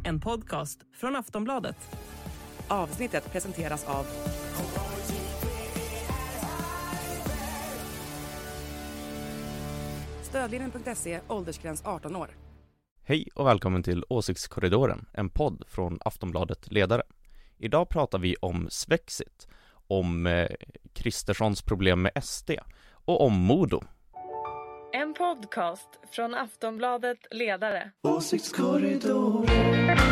en podcast från Aftonbladet. Avsnittet presenteras av Stödlinjen.se, åldersgräns 18 år. Hej och välkommen till Åsiktskorridoren, en podd från Aftonbladet Ledare. Idag pratar vi om Svexit, om Kristerssons problem med SD och om Modo. En podcast från Aftonbladet Ledare. Åsiktskorridoren.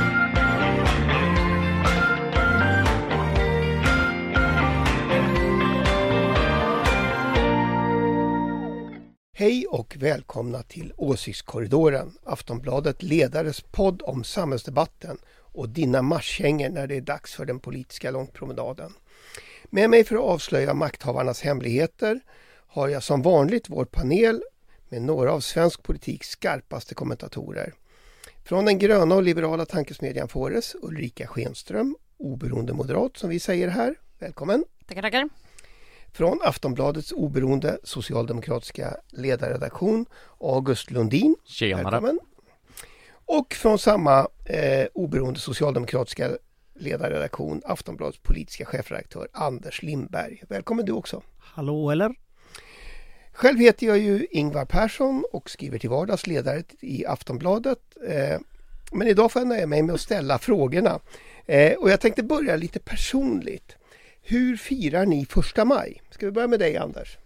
Hej och välkomna till Åsiktskorridoren, Aftonbladet Ledares podd om samhällsdebatten och dina marschhänger när det är dags för den politiska långpromenaden. Med mig för att avslöja makthavarnas hemligheter har jag som vanligt vår panel med några av svensk politiks skarpaste kommentatorer. Från den gröna och liberala tankesmedjan Fores, Ulrika Schenström, oberoende moderat som vi säger här. Välkommen! Tackar. Från Aftonbladets oberoende socialdemokratiska ledarredaktion, August Lundin. Tjenare. Välkommen! Och från samma oberoende socialdemokratiska ledarredaktion, Aftonbladets politiska chefredaktör Anders Lindberg. Välkommen du också! Hallå eller? Själv heter jag ju Ingvar Persson och skriver till vardags ledare i Aftonbladet. Men idag får jag nöja mig med att ställa frågorna. Och jag tänkte börja lite personligt. Hur firar ni 1 maj? Ska vi börja med dig, Anders?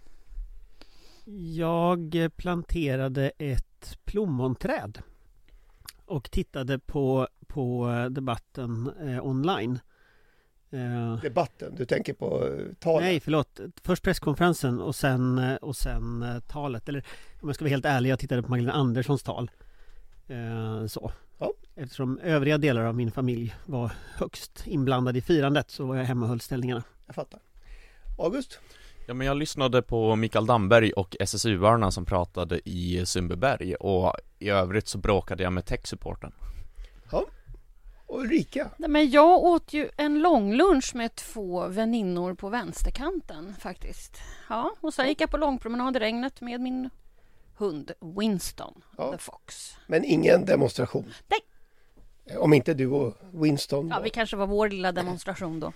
Jag planterade ett plommonträd och tittade på debatten online. Debatten, du tänker på talet? Nej, förlåt. Först presskonferensen och sen talet. Eller om jag ska vara helt ärlig, jag tittade på Magdalena Anderssons tal. Så. Ja. Eftersom övriga delar av min familj var högst inblandade i firandet så var jag hemma och höll ställningarna. Jag fattar. August? Ja, men jag lyssnade på Mikael Damberg och SSU-arna som pratade i Sundbyberg och i övrigt så bråkade jag med tech-supporten. Ja. Och Ulrika? Nej, men jag åt ju en lång lunch med 2 väninnor på vänsterkanten faktiskt. Ja, och sen gick jag på långpromenad i regnet med min hund Winston, the Fox. Men ingen demonstration? Nej. Om inte du och Winston. Ja, vi kanske var vår lilla demonstration då.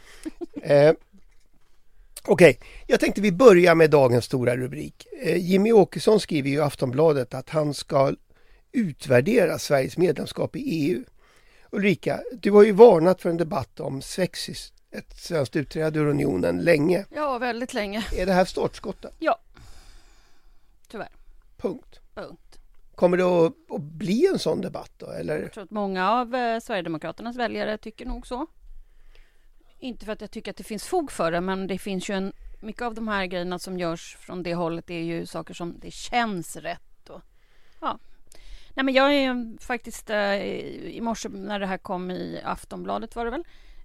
Okej, jag tänkte vi börjar med dagens stora rubrik. Jimmy Åkesson skriver ju i Aftonbladet att han ska utvärdera Sveriges medlemskap i EU. Ulrika, du har ju varnat för en debatt om Svexit, ett svenskt utträde ur unionen, länge. Ja, väldigt länge. Är det här startskottet? Ja, tyvärr. Punkt. Punkt. Kommer det att bli en sån debatt då? Eller? Jag tror att många av Sverigedemokraternas väljare tycker nog så. Inte för att jag tycker att det finns fog för det, men det finns ju mycket av de här grejerna som görs från det hållet är ju saker som det känns rätt. Och, ja. Nej, men jag är faktiskt i morse när det här kom i Aftonbladet var det väl,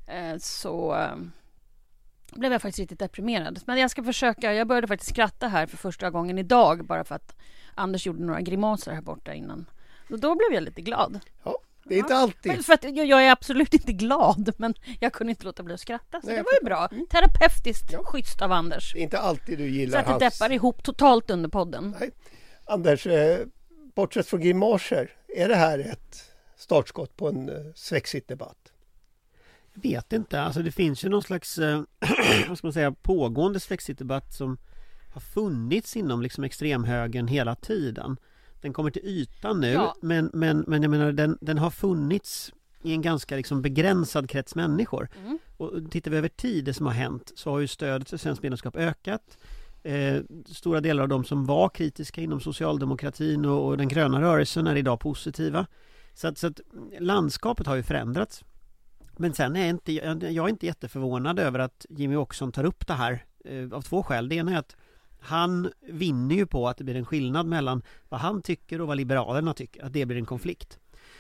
så blev jag faktiskt riktigt deprimerad. Men jag ska försöka, jag började faktiskt skratta här för första gången idag bara för att Anders gjorde några grimaser här borta innan. Och då blev jag lite glad. Ja, det är inte alltid. Men för att jag är absolut inte glad, men jag kunde inte låta bli att skratta. Så Nej, det var ju bra. Terapeutiskt schysst av Anders. Det är inte alltid du gillar så att det deppar ihop totalt under podden. Nej. Anders, bortsett från grimaser, är det här ett startskott på en Svexit-debatt? Jag vet inte. Alltså det finns ju någon slags vad ska man säga, pågående Svexit-debatt som har funnits inom liksom extremhögern hela tiden. Den kommer till ytan nu, men jag menar den har funnits i en ganska liksom begränsad krets människor. Och tittar vi över tid det som har hänt så har ju stödet för svenskt medlemskap ökat. Stora delar av de som var kritiska inom socialdemokratin och den gröna rörelsen är idag positiva. Så att landskapet har ju förändrats. Men sen är jag är inte jätteförvånad över att Jimmy Åkesson tar upp det här av 2 skäl. Det ena är att han vinner ju på att det blir en skillnad mellan vad han tycker och vad liberalerna tycker. Att det blir en konflikt.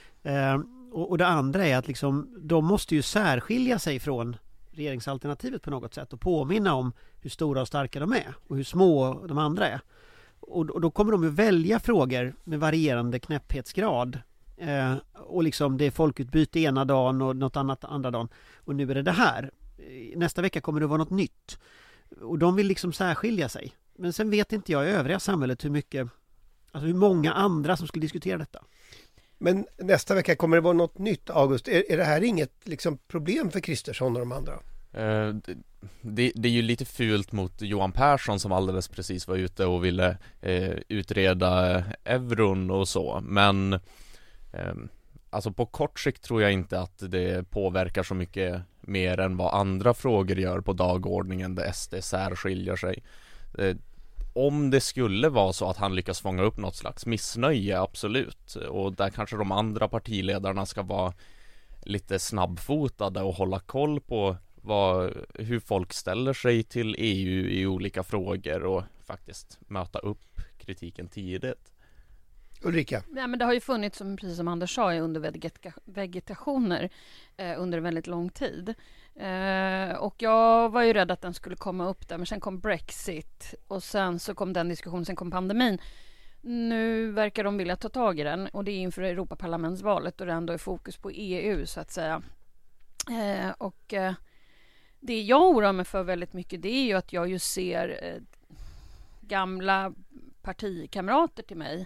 Och det andra är att liksom, de måste ju särskilja sig från regeringsalternativet på något sätt och påminna om hur stora och starka de är och hur små de andra är. Och då kommer de ju välja frågor med varierande knäpphetsgrad. Och liksom det är folkutbyte ena dagen och något annat andra dagen. Och nu är det här. Nästa vecka kommer det vara något nytt. Och de vill liksom särskilja sig. Men sen vet inte jag i övriga samhället hur många andra som skulle diskutera detta. Men nästa vecka kommer det vara något nytt, August. Är det här inget liksom, problem för Kristersson och de andra? Det är ju lite fult mot Johan Persson som alldeles precis var ute och ville utreda euron och så. Men alltså på kort sikt tror jag inte att det påverkar så mycket mer än vad andra frågor gör på dagordningen där SD särskiljer sig. Om det skulle vara så att han lyckas fånga upp något slags missnöje, absolut. Och där kanske de andra partiledarna ska vara lite snabbfotade och hålla koll på hur folk ställer sig till EU i olika frågor och faktiskt möta upp kritiken tidigt. Ulrika? Nej, men det har ju funnits, precis som Anders sa, under vegetationer under väldigt lång tid. Och jag var ju rädd att den skulle komma upp där, men sen kom Brexit och sen så kom den diskussionen, sen kom pandemin. Nu verkar de vilja ta tag i den och det är inför Europaparlamentsvalet och det ändå är fokus på EU så att säga. Det jag oroar mig för väldigt mycket, det är ju att jag ju ser gamla partikamrater till mig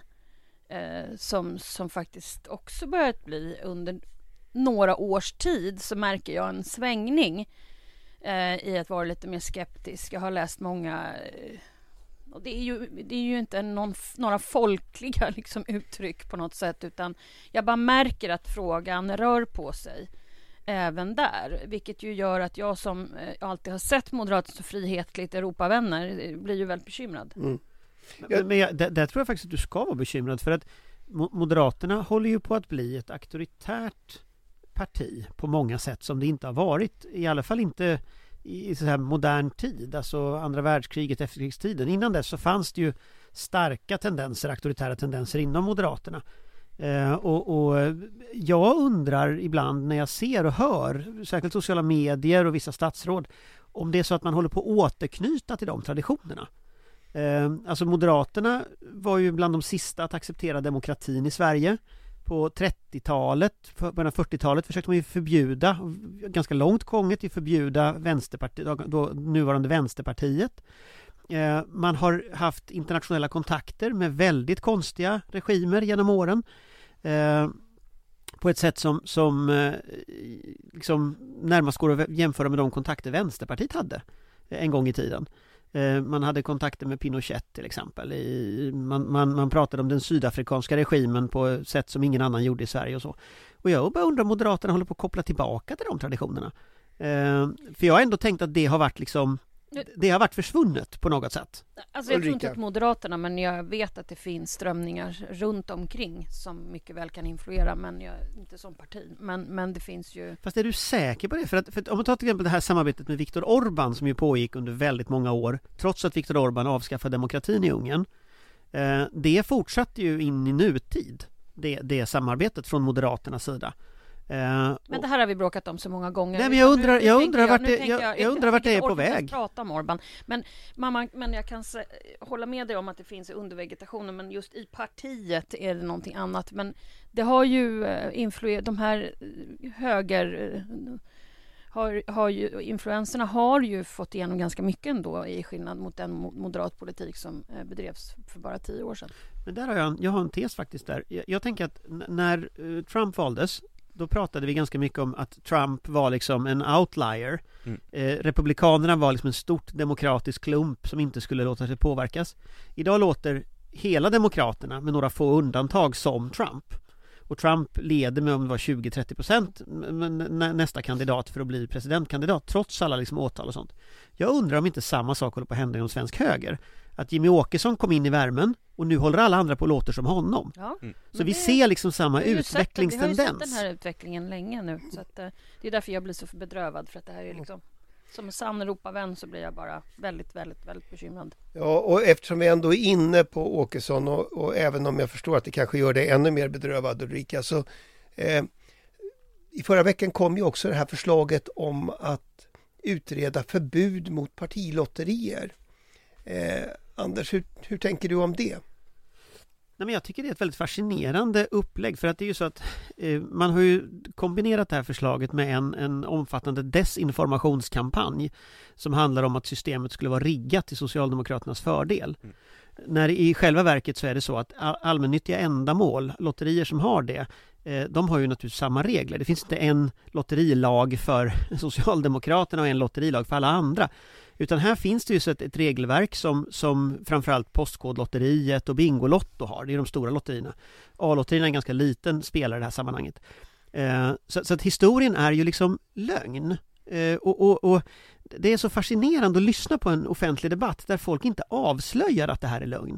som faktiskt också börjat bli under några års tid, så märker jag en svängning i att vara lite mer skeptisk. Jag har läst många och det är ju inte några folkliga liksom uttryck på något sätt, utan jag bara märker att frågan rör på sig även där, vilket ju gör att jag som alltid har sett Moderaterna så frihetligt Europavänner blir ju väldigt bekymrad. Men där tror jag faktiskt att du ska vara bekymrad, för att Moderaterna håller ju på att bli ett auktoritärt parti på många sätt som det inte har varit, i alla fall inte i så här modern tid, alltså andra världskriget, efterkrigstiden. Innan dess så fanns det ju starka tendenser, auktoritära tendenser inom Moderaterna. Och jag undrar ibland när jag ser och hör, särskilt sociala medier och vissa statsråd, om det är så att man håller på att återknyta till de traditionerna. Alltså Moderaterna var ju bland de sista att acceptera demokratin i Sverige. På 30-talet, början av 40-talet försökte man ju förbjuda, ganska långt gånget, att förbjuda då nuvarande Vänsterpartiet. Man har haft internationella kontakter med väldigt konstiga regimer genom åren. På ett sätt som liksom närmast går att jämföra med de kontakter Vänsterpartiet hade en gång i tiden. Man hade kontakter med Pinochet till exempel. Man pratade om den sydafrikanska regimen på ett sätt som ingen annan gjorde i Sverige och så. Och jag bara undrar om Moderaterna håller på att koppla tillbaka till de traditionerna. För jag har ändå tänkt att det har varit försvunnet på något sätt. Alltså jag tror inte att Moderaterna, men jag vet att det finns strömningar runt omkring som mycket väl kan influera, men jag är inte som parti. Men det finns ju... Fast är du säker på det? För om man tar till exempel det här samarbetet med Viktor Orbán som ju pågick under väldigt många år, trots att Viktor Orbán avskaffade demokratin i Ungern, det fortsatte ju in i nutid, det samarbetet från Moderaternas sida. Men det här har vi bråkat om så många gånger. Nej, men jag undrar vart det är på väg. Jag prata om Orbán. Men jag kan hålla med dig om att det finns undervegetationen, men just i partiet är det någonting annat. Men det har ju de här influenserna har ju fått igenom ganska mycket ändå, i skillnad mot den moderat politik som bedrevs för bara 10 år sedan. Men där har jag har en tes faktiskt där. Jag tänker att när Trump valdes, då pratade vi ganska mycket om att Trump var liksom en outlier. Republikanerna var liksom en stort demokratisk klump som inte skulle låta sig påverkas. Idag låter hela demokraterna med några få undantag som Trump. Och Trump leder med om det var 20-30% nästa kandidat för att bli presidentkandidat, trots alla liksom åtal och sånt. Jag undrar om inte samma sak håller på att hända inom svensk höger. Att Jimmy Åkesson kom in i värmen och nu håller alla andra på att låta som honom. Ja. Så vi ser liksom samma utvecklingstendens. Vi har ju sett den här utvecklingen länge nu. Så att, det är därför jag blir så bedrövad, för att det här är liksom... Som sann Europavän så blir jag bara väldigt, väldigt, väldigt bekymrad. Ja, och eftersom vi ändå är inne på Åkesson och även om jag förstår att det kanske gör det ännu mer bedrövad, Ulrika, så i förra veckan kom ju också det här förslaget om att utreda förbud mot partilotterier. Anders, hur tänker du om det? Nej, men jag tycker det är ett väldigt fascinerande upplägg, för att det är ju så att man har ju kombinerat det här förslaget med en omfattande desinformationskampanj som handlar om att systemet skulle vara riggat till Socialdemokraternas fördel. När i själva verket så är det så att allmännyttiga ändamål, lotterier som har det, de har ju naturligtvis samma regler. Det finns inte en lotterilag för Socialdemokraterna och en lotterilag för alla andra. Utan här finns det ju så ett regelverk som framförallt Postkodlotteriet och Bingolotto har. Det är de stora lotterierna. A-lotterierna är en ganska liten spelare i det här sammanhanget. Så att historien är ju liksom lögn. Och det är så fascinerande att lyssna på en offentlig debatt där folk inte avslöjar att det här är lögn.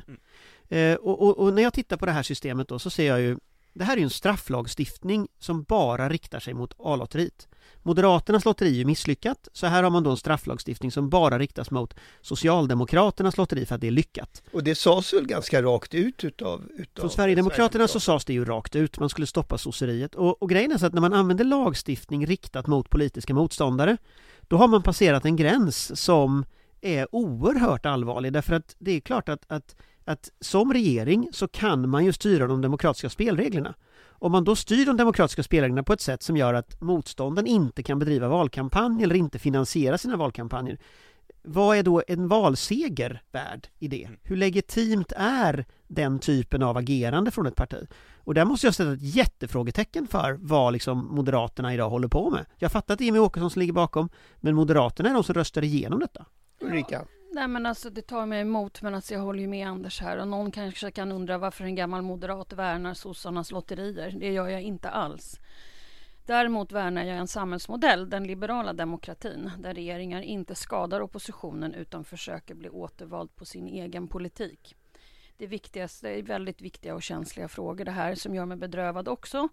Och när jag tittar på det här systemet då, så ser jag ju, det här är ju en strafflagstiftning som bara riktar sig mot A-lotteriet. Moderaternas lotteri är misslyckat, så här har man då en strafflagstiftning som bara riktas mot Socialdemokraternas lotteri för att det är lyckat. Och det sades väl ganska rakt ut utav från Sverigedemokraterna så sades det ju rakt ut, man skulle stoppa sosseriet. Och grejen är så att när man använder lagstiftning riktat mot politiska motståndare, då har man passerat en gräns som är oerhört allvarlig, därför att det är klart att som regering så kan man ju styra de demokratiska spelreglerna. Om man då styr de demokratiska spelreglerna på ett sätt som gör att motståndaren inte kan bedriva valkampanj eller inte finansiera sina valkampanjer, vad är då en valseger värd i det? Hur legitimt är den typen av agerande från ett parti? Och där måste jag sätta ett jättefrågetecken för vad liksom Moderaterna idag håller på med. Jag fattar att det är Jimmie Åkesson som ligger bakom, men Moderaterna är de som röstar igenom detta. Ulrika. Nej, men alltså det tar mig emot, men alltså jag håller ju med Anders här, och någon kanske kan undra varför en gammal moderat värnar sossarnas lotterier. Det gör jag inte alls. Däremot värnar jag en samhällsmodell, den liberala demokratin, där regeringar inte skadar oppositionen utan försöker bli återvald på sin egen politik. Det viktigaste är väldigt viktiga och känsliga frågor det här, som gör mig bedrövad också.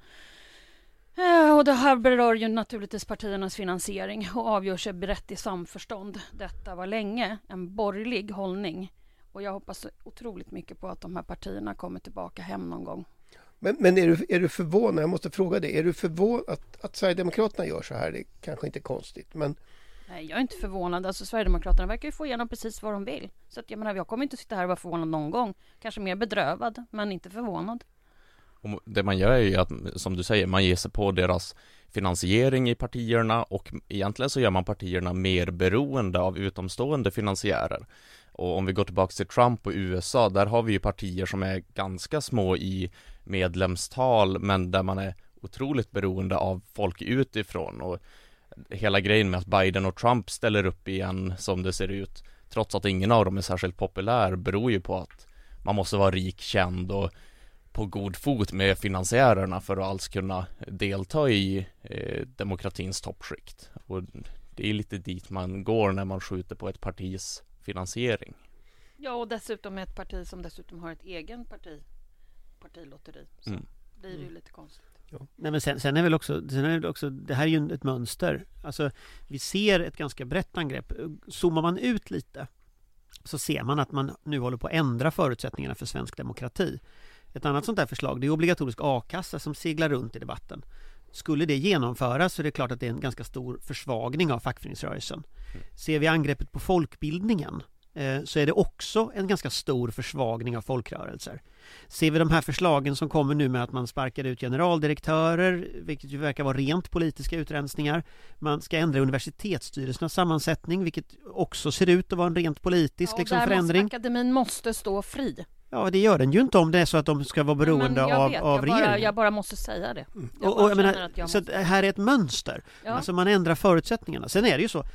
Och det här berör ju naturligtvis partiernas finansiering och avgör sig brett i samförstånd. Detta var länge en borgerlig hållning, och jag hoppas otroligt mycket på att de här partierna kommer tillbaka hem någon gång. Men är du förvånad? Jag måste fråga dig. Är du förvånad att Sverigedemokraterna gör så här? Det är kanske inte konstigt, men... Nej, jag är inte förvånad. Alltså Sverigedemokraterna verkar ju få igenom precis vad de vill. Så att, jag kommer inte sitta här och vara förvånad någon gång. Kanske mer bedrövad, men inte förvånad. Och det man gör är ju att, som du säger, man ger sig på deras finansiering i partierna, och egentligen så gör man partierna mer beroende av utomstående finansiärer. Och om vi går tillbaka till Trump och USA, där har vi ju partier som är ganska små i medlemstal, men där man är otroligt beroende av folk utifrån. Och hela grejen med att Biden och Trump ställer upp igen som det ser ut, trots att ingen av dem är särskilt populär, beror ju på att man måste vara rik, känd och på god fot med finansiärerna för att alls kunna delta i demokratins toppskikt. Och det är lite dit man går när man skjuter på ett partis finansiering. Ja, och dessutom ett parti som dessutom har ett egen partilotteri. Så blir det ju lite konstigt. Ja. Nej, men sen är väl också, det här är ju ett mönster. Alltså, vi ser ett ganska brett angrepp. Zoomar man ut lite så ser man att man nu håller på att ändra förutsättningarna för svensk demokrati. Ett annat sånt där förslag, det är obligatorisk a-kassa som seglar runt i debatten. Skulle det genomföras så är det klart att det är en ganska stor försvagning av fackföreningsrörelsen. Ser vi angreppet på folkbildningen så är det också en ganska stor försvagning av folkrörelser. Ser vi de här förslagen som kommer nu med att man sparkar ut generaldirektörer, vilket ju verkar vara rent politiska utrensningar. Man ska ändra universitetsstyrelsernas sammansättning, vilket också ser ut att vara en rent politisk förändring. Akademin måste stå fri. Ja, det gör den ju inte om det är så att de ska vara beroende av regeringen. Jag bara måste säga det. Jag menar, så här är ett mönster. Ja. Alltså man ändrar förutsättningarna. Sen är det ju så,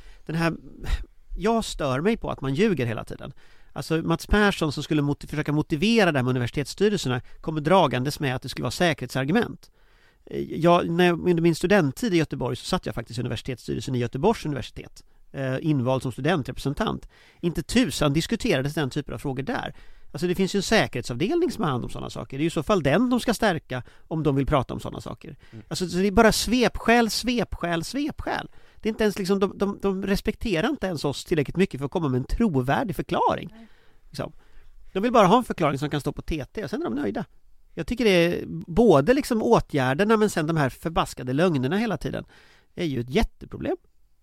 jag stör mig på att man ljuger hela tiden. Alltså Mats Persson som skulle försöka motivera det här med universitetsstyrelserna kommer dragandes med att det skulle vara säkerhetsargument. Under min studenttid i Göteborg så satt jag faktiskt i universitetsstyrelsen i Göteborgs universitet. Invald som studentrepresentant. Inte tusan diskuterades den typen av frågor där. Alltså det finns ju en säkerhetsavdelning som har hand om sådana saker. Det är ju i så fall den de ska stärka om de vill prata om sådana saker. Alltså så det är bara svepskäl. Det är inte ens liksom, de respekterar inte ens oss tillräckligt mycket för att komma med en trovärdig förklaring. Liksom. De vill bara ha en förklaring som kan stå på TT och sen är de nöjda. Jag tycker det är både liksom åtgärderna men sen de här förbaskade lögnerna hela tiden är ju ett jätteproblem.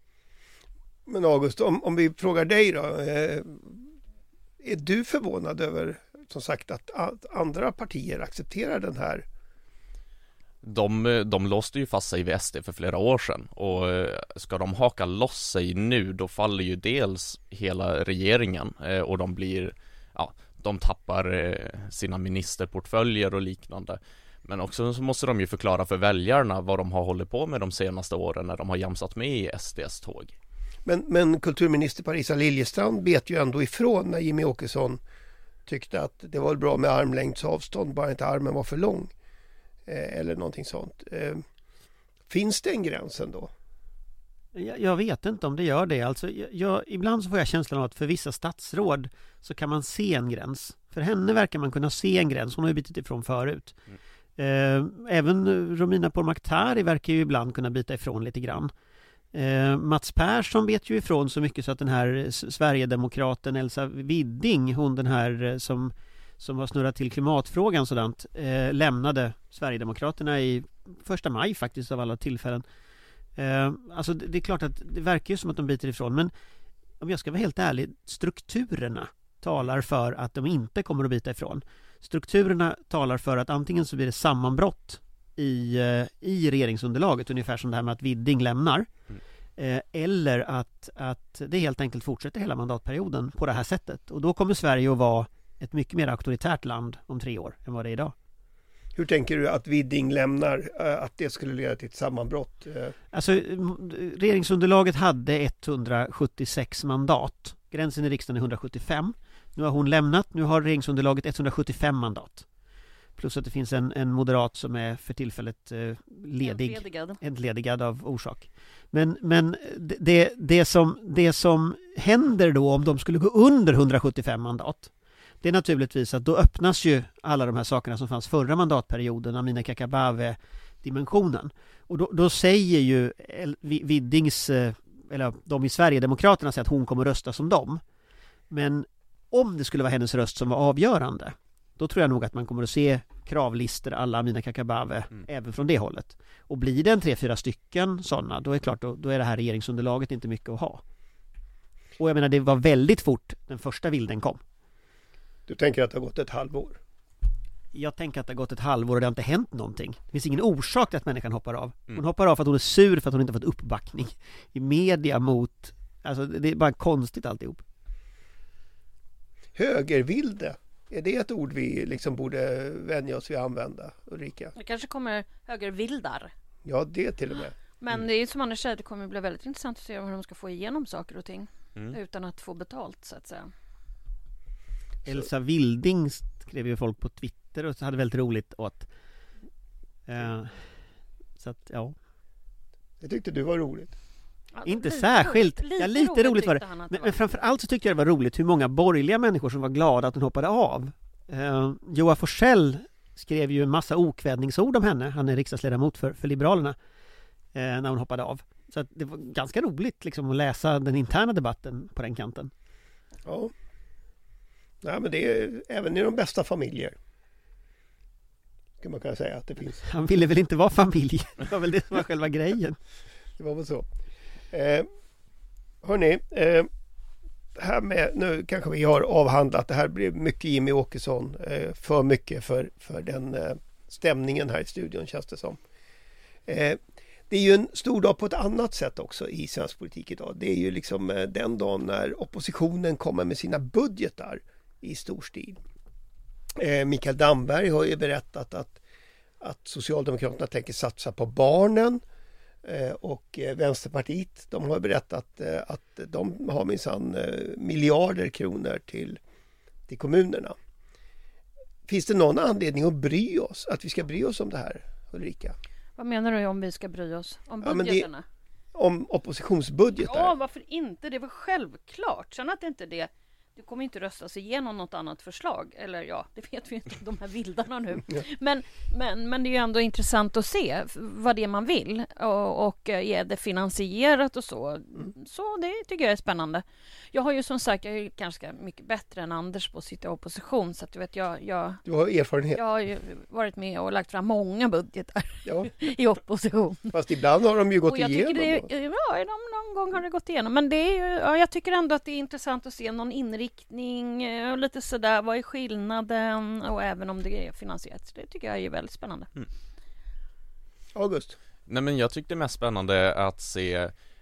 Men August, om vi frågar dig då, är du förvånad över som sagt att andra partier accepterar den här? De låste ju fast sig vid SD för flera år sedan, och ska de haka loss sig nu, då faller ju dels hela regeringen och de tappar sina ministerportföljer och liknande. Men också så måste de ju förklara för väljarna vad de har hållit på med de senaste åren när de har jamsat med i SDs tåg. Men kulturminister Parisa Liljestrand bet ju ändå ifrån när Jimmy Åkesson tyckte att det var bra med armlängds avstånd, bara inte armen var för lång. Eller någonting sånt. Finns det en gräns ändå? Jag vet inte om det gör det. Alltså, ibland så får jag känslan av att för vissa statsråd så kan man se en gräns. För henne verkar man kunna se en gräns. Hon har ju bitit ifrån förut. Även Romina Pourmokhtari verkar ju ibland kunna bita ifrån lite grann. Mats Persson bet ju ifrån så mycket så att den här Sverigedemokraten Elsa Widding, hon den här som har snurrat till klimatfrågan sådant, lämnade Sverigedemokraterna i 1 maj faktiskt av alla tillfällen. Alltså det är klart att det verkar ju som att de biter ifrån, men om jag ska vara helt ärlig, strukturerna talar för att de inte kommer att bita ifrån. Strukturerna talar för att antingen så blir det sammanbrott i regeringsunderlaget, ungefär som det här med att Widding lämnar, eller att det helt enkelt fortsätter hela mandatperioden på det här sättet. Och då kommer Sverige att vara ett mycket mer auktoritärt land om 3 år än vad det är idag. Hur tänker du att Widding lämnar, att det skulle leda till ett sammanbrott? Alltså, regeringsunderlaget hade 176 mandat. Gränsen i riksdagen är 175. Nu har hon lämnat, nu har regeringsunderlaget 175 mandat. Plus att det finns en moderat som är för tillfället entledigad av orsak. Men det som händer då om de skulle gå under 175 mandat, det är naturligtvis att då öppnas ju alla de här sakerna som fanns förra mandatperioden, Amineh Kakabaveh-dimensionen. Och då säger ju Widdings, eller de i Sverigedemokraterna säger att hon kommer rösta som dem. Men om det skulle vara hennes röst som var avgörande, då tror jag nog att man kommer att se kravlister alla Amineh Kakabaveh även från det hållet. Och blir det en 3-4 stycken sådana, då är det klart, då är det här regeringsunderlaget inte mycket att ha. Och jag menar, det var väldigt fort den första vilden kom. Du tänker att det har gått ett halvår? Jag tänker att det har gått ett halvår och det har inte hänt någonting. Det finns ingen orsak till att människan hoppar av. Hon hoppar av för att hon är sur för att hon inte fått uppbackning i media mot... Alltså det är bara konstigt alltihop. Högervilde, är det ett ord vi liksom borde vänja oss vid att använda, Ulrika? Det kanske kommer högervildar. Ja, det till och med. Men det är som Anders säger, det kommer bli väldigt intressant att se hur de ska få igenom saker och ting utan att få betalt, så att säga. Elsa Widding skrev ju folk på Twitter och så hade väldigt roligt åt. Så att, ja. Det tyckte du var roligt. Ja, inte särskilt. Lite roligt var det. Men framförallt så tyckte jag det var roligt hur många borgerliga människor som var glada att hon hoppade av. Joa Forsell skrev ju en massa okvädningsord om henne. Han är riksdagsledamot för Liberalerna. När hon hoppade av. Så att det var ganska roligt liksom, att läsa den interna debatten på den kanten. Ja. Nej, men det är även i de bästa familjer. Kan man kunna säga att det finns. Han ville väl inte vara familj. Det var väl det som var själva grejen. Det var väl så. Hörrni, här med, nu kanske vi har avhandlat, det här blev mycket Jimmy Åkesson, för mycket för den stämningen här i studion, känns det som. Det är ju en stor dag på ett annat sätt också i svensk politik idag. Det är ju liksom den dagen när oppositionen kommer med sina budgetar i stor stil. Mikael Damberg har ju berättat att Socialdemokraterna tänker satsa på barnen, och Vänsterpartiet, de har berättat att de har minsann miljarder kronor till kommunerna. Finns det någon anledning att bry oss, att vi ska bry oss om det här, Ulrika? Vad menar du om vi ska bry oss om budgeterna? Om oppositionsbudgetar. Ja, varför inte? Det var självklart. Sen att det inte det. Det kommer inte röstas igenom något annat förslag. Eller ja, det vet vi inte, de här vildarna nu. Ja. Men det är ju ändå intressant att se vad det är man vill. Och är det finansierat och så. Så det tycker jag är spännande. Jag har ju som sagt, jag är ganska mycket bättre än Anders på att sitta i opposition. Så att du vet, du har erfarenhet. Jag har ju varit med och lagt fram många budgetar i opposition. Fast ibland har de ju gått och jag igenom. Någon gång har det gått igenom. Men det är ju, jag tycker ändå att det är intressant att se någon inriktning och lite sådär, vad är skillnaden, och även om det är finansierat. Det tycker jag är väldigt spännande. August? Nej, men jag tyckte det är mest spännande att se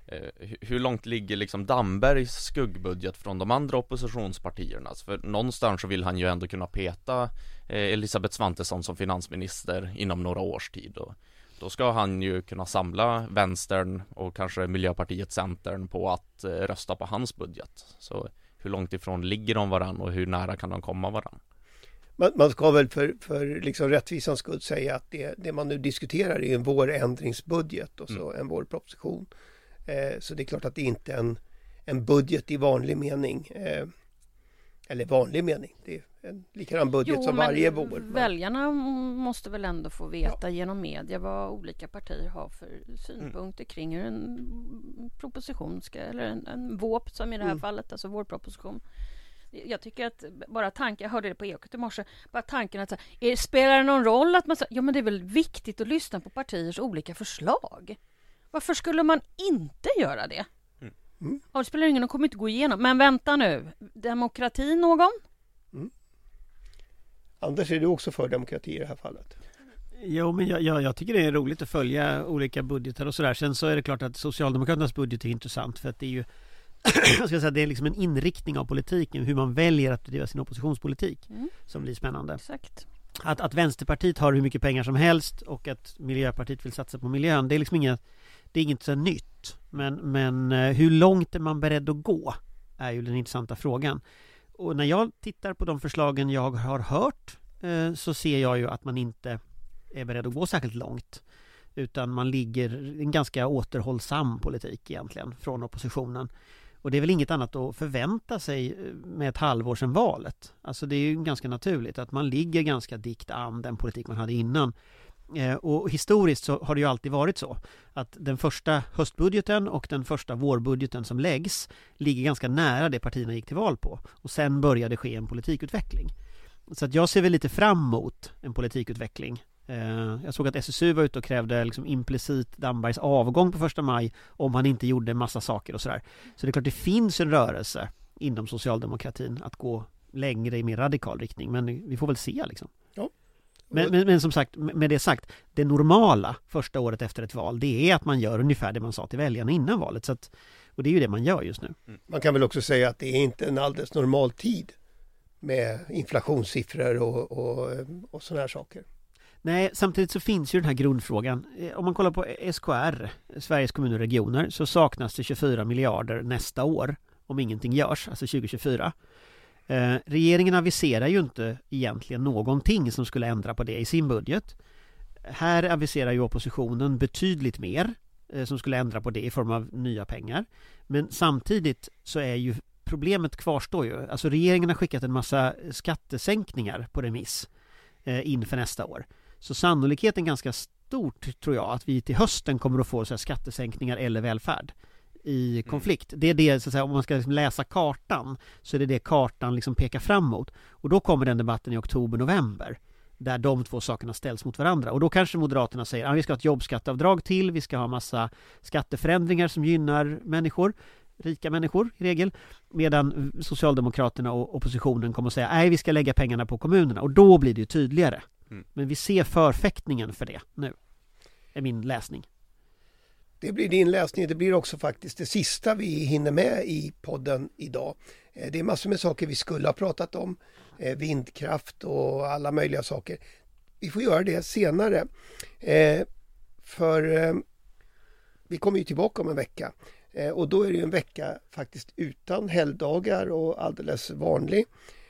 hur långt ligger liksom Dambergs skuggbudget från de andra oppositionspartierna? För någonstans så vill han ju ändå kunna peta Elisabeth Svantesson som finansminister inom några års tid. Och då ska han ju kunna samla vänstern och kanske Miljöpartiet, Centern på att rösta på hans budget. Så hur långt ifrån ligger de varann och hur nära kan de komma varann? Man ska väl för liksom rättvisans skull säga att det man nu diskuterar är en vårändringsbudget och så en vårproposition. Så det är klart att det inte är en budget i vanlig mening. Eller vanlig mening. Det är en likadan budget som varje vår. Väljarna måste väl ändå få veta genom media vad olika partier har för synpunkter kring hur en proposition ska, eller en VÅP som i det här fallet, alltså vårproposition. Jag tycker att bara tanken, jag hörde det på Ekot i morse, bara tanken att spelar det någon roll att man säger, ja men det är väl viktigt att lyssna på partiers olika förslag. Varför skulle man inte göra det? Ja, det spelar ingen, de kommer inte gå igenom. Men vänta nu, demokrati någon? Anders, är du också för demokrati i det här fallet? Jo, men jag tycker det är roligt att följa olika budgetar och sådär. Sen så är det klart att Socialdemokraternas budget är intressant för att det är ju jag ska säga, det är liksom en inriktning av politiken, hur man väljer att driva sin oppositionspolitik som blir spännande. Exakt. Att Vänsterpartiet har hur mycket pengar som helst och att Miljöpartiet vill satsa på miljön, det är liksom inget så nytt. Men hur långt är man beredd att gå är ju den intressanta frågan. Och när jag tittar på de förslagen jag har hört så ser jag ju att man inte är beredd att gå särskilt långt. Utan man ligger en ganska återhållsam politik egentligen från oppositionen. Och det är väl inget annat att förvänta sig med ett halvår sedan valet. Alltså det är ju ganska naturligt att man ligger ganska dikt an den politik man hade innan. Och historiskt så har det ju alltid varit så att den första höstbudgeten och den första vårbudgeten som läggs ligger ganska nära det partierna gick till val på. Och sen börjar det ske en politikutveckling. Så att jag ser väl lite fram emot en politikutveckling. Jag såg att SSU var ute och krävde liksom implicit Dambergs avgång på 1 maj om han inte gjorde massa saker och sådär. Så det är klart det finns en rörelse inom socialdemokratin att gå längre i mer radikal riktning. Men vi får väl se liksom. Ja. Men som sagt, med det sagt, det normala första året efter ett val, det är att man gör ungefär det man sa till väljarna innan valet. Så att, och det är ju det man gör just nu. Man kan väl också säga att det är inte en alldeles normal tid med inflationssiffror och sådana här saker. Nej, samtidigt så finns ju den här grundfrågan. Om man kollar på SKR, Sveriges kommuner och regioner, så saknas det 24 miljarder nästa år om ingenting görs, alltså 2024. Regeringen aviserar ju inte egentligen någonting som skulle ändra på det i sin budget. Här aviserar ju oppositionen betydligt mer som skulle ändra på det i form av nya pengar. Men samtidigt så är ju problemet kvarstår ju. Alltså regeringen har skickat en massa skattesänkningar på remiss inför nästa år. Så sannolikheten är ganska stort tror jag att vi till hösten kommer att få så här skattesänkningar eller välfärd i konflikt. Det är det så att säga, om man ska liksom läsa kartan så är det kartan liksom pekar framåt. Och då kommer den debatten i oktober-november där de två sakerna ställs mot varandra. Och då kanske Moderaterna säger att vi ska ha ett jobbskatteavdrag till, vi ska ha massa skatteförändringar som gynnar människor, rika människor i regel, medan Socialdemokraterna och oppositionen kommer att säga nej, vi ska lägga pengarna på kommunerna och då blir det ju tydligare. Men vi ser förfäktningen för det nu. Är min läsning. Det blir din läsning. Det blir också faktiskt det sista vi hinner med i podden idag. Det är massor med saker vi skulle ha pratat om. Vindkraft och alla möjliga saker. Vi får göra det senare. För vi kommer ju tillbaka om en vecka. Och då är det ju en vecka faktiskt utan helgdagar och alldeles vanlig.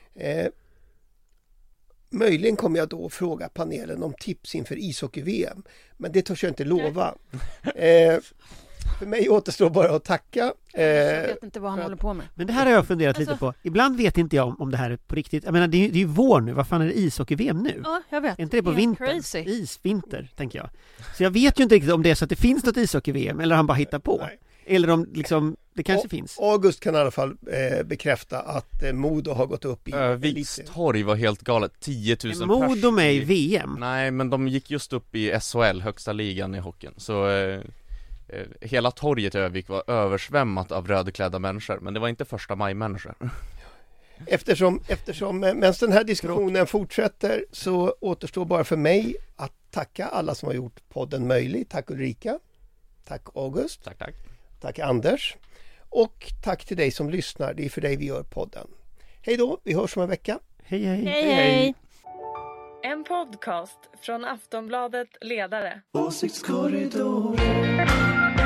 Möjligen kommer jag då fråga panelen om tips inför ishockey-VM. Men det törs jag inte lova. För mig återstår bara att tacka. Jag vet inte vad han håller på med. Men det här har jag funderat lite på. Ibland vet inte jag om det här är på riktigt. Jag menar, det är ju vår nu. Vad fan är det ishockey-VM nu? Ja, jag vet. Är inte det på vintern? Crazy. Isvinter, tänker jag. Så jag vet ju inte riktigt om det är så att det finns något ishockey-VM eller han bara hittar på. Nej. Eller om liksom, det kanske finns. August kan i alla fall bekräfta att Modo har gått upp i Vikstorg var helt galet, 10 000 pers. Modo med i VM? Nej, men de gick just upp i SHL, högsta ligan i hockeyn. Så hela torget i Övik var översvämmat av rödklädda människor. Men det var inte 1 maj-människor. Eftersom medan den här diskussionen fortsätter så återstår bara för mig att tacka alla som har gjort podden möjlig. Tack Ulrika. Tack August. Tack. Tack Anders. Och tack till dig som lyssnar. Det är för dig vi gör podden. Hej då, vi hörs om en vecka. Hej hej! Hej, hej! En podcast från Aftonbladet Ledare. Åsiktskorridoren.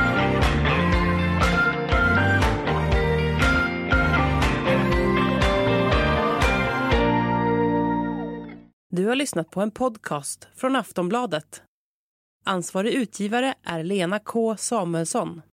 Du har lyssnat på en podcast från Aftonbladet. Ansvarig utgivare är Lena K. Samuelsson.